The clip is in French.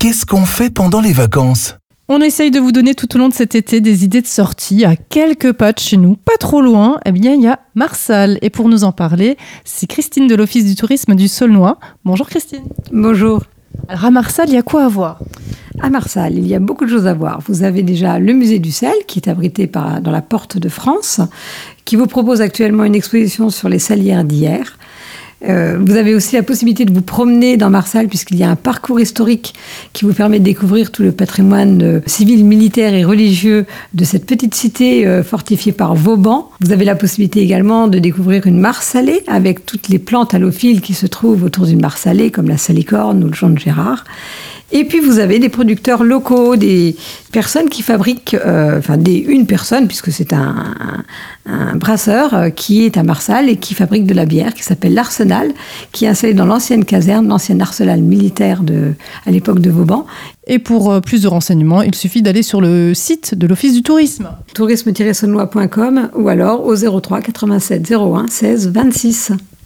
qu'est-ce qu'on fait pendant les vacances ? On essaye de vous donner tout au long de cet été des idées de sortie à quelques pas de chez nous, pas trop loin. Eh bien, il y a Marsal. Et pour nous en parler, c'est Christine de l'Office du tourisme du Saulnois. Bonjour Christine. Bonjour. Alors à Marsal, il y a quoi à voir ? À Marsal, il y a beaucoup de choses à voir. Vous avez déjà le musée du sel qui est abrité dans la Porte de France, qui vous propose actuellement une exposition sur les salières d'hier. Vous avez aussi la possibilité de vous promener dans Marsal puisqu'il y a un parcours historique qui vous permet de découvrir tout le patrimoine civil, militaire et religieux de cette petite cité fortifiée par Vauban. Vous avez la possibilité également de découvrir une mare salée avec toutes les plantes halophiles qui se trouvent autour d'une mare salée comme la salicorne ou le jonc de Gérard. Et puis vous avez des producteurs locaux, des personnes qui fabriquent, une personne, puisque c'est un brasseur qui est à Marsal et qui fabrique de la bière, qui s'appelle l'Arsenal, qui est installé dans l'ancienne caserne, l'ancien arsenal militaire à l'époque de Vauban. Et pour plus de renseignements, il suffit d'aller sur le site de l'Office du tourisme. tourisme-saulnois.com ou alors au 03 87 01 16 26.